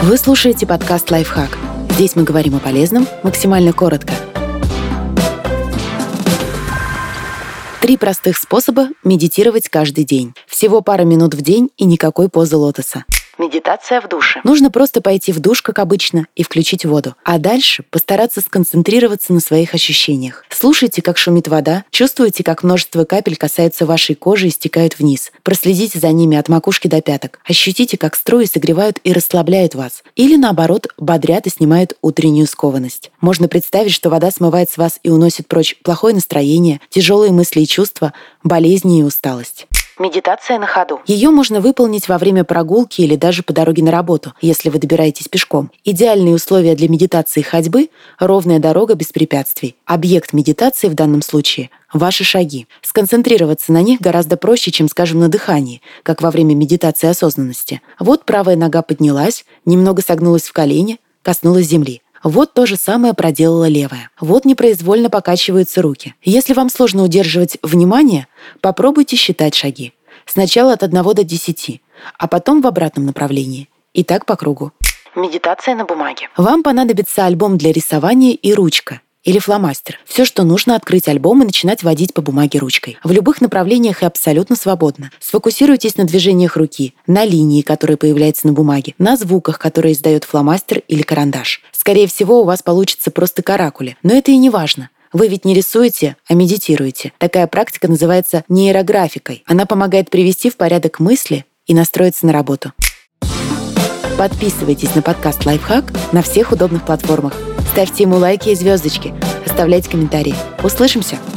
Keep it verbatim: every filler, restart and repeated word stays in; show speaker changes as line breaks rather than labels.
Вы слушаете подкаст «Лайфхак». Здесь мы говорим о полезном максимально коротко. Три простых способа медитировать каждый день. Всего пара минут в день и никакой позы лотоса. Медитация в душе. Нужно просто пойти в душ, как обычно, и включить воду. А дальше постараться сконцентрироваться на своих ощущениях. Слушайте, как шумит вода, чувствуйте, как множество капель касаются вашей кожи и стекают вниз. Проследите за ними от макушки до пяток. Ощутите, как струи согревают и расслабляют вас. Или, наоборот, бодрят и снимают утреннюю скованность. Можно представить, что вода смывает с вас и уносит прочь плохое настроение, тяжелые мысли и чувства, болезни и усталость. Медитация на ходу. Ее можно выполнить во время прогулки или даже по дороге на работу, если вы добираетесь пешком. Идеальные условия для медитации и ходьбы – ровная дорога без препятствий. Объект медитации в данном случае – ваши шаги. Сконцентрироваться на них гораздо проще, чем, скажем, на дыхании, как во время медитации осознанности. Вот правая нога поднялась, немного согнулась в колени, коснулась земли. Вот то же самое проделала левая. Вот непроизвольно покачиваются руки. Если вам сложно удерживать внимание, попробуйте считать шаги. Сначала от одного до десяти, а потом в обратном направлении. И так по кругу. Медитация на бумаге. Вам понадобится альбом для рисования и ручка. Или фломастер. Все, что нужно, открыть альбом и начинать водить по бумаге ручкой. В любых направлениях и абсолютно свободно. Сфокусируйтесь на движениях руки, на линии, которые появляются на бумаге, на звуках, которые издает фломастер или карандаш. Скорее всего, у вас получится просто каракули. Но это и не важно. Вы ведь не рисуете, а медитируете. Такая практика называется нейрографикой. Она помогает привести в порядок мысли и настроиться на работу. Подписывайтесь на подкаст «Лайфхак» на всех удобных платформах. Ставьте ему лайки и звездочки. Оставляйте комментарии. Услышимся!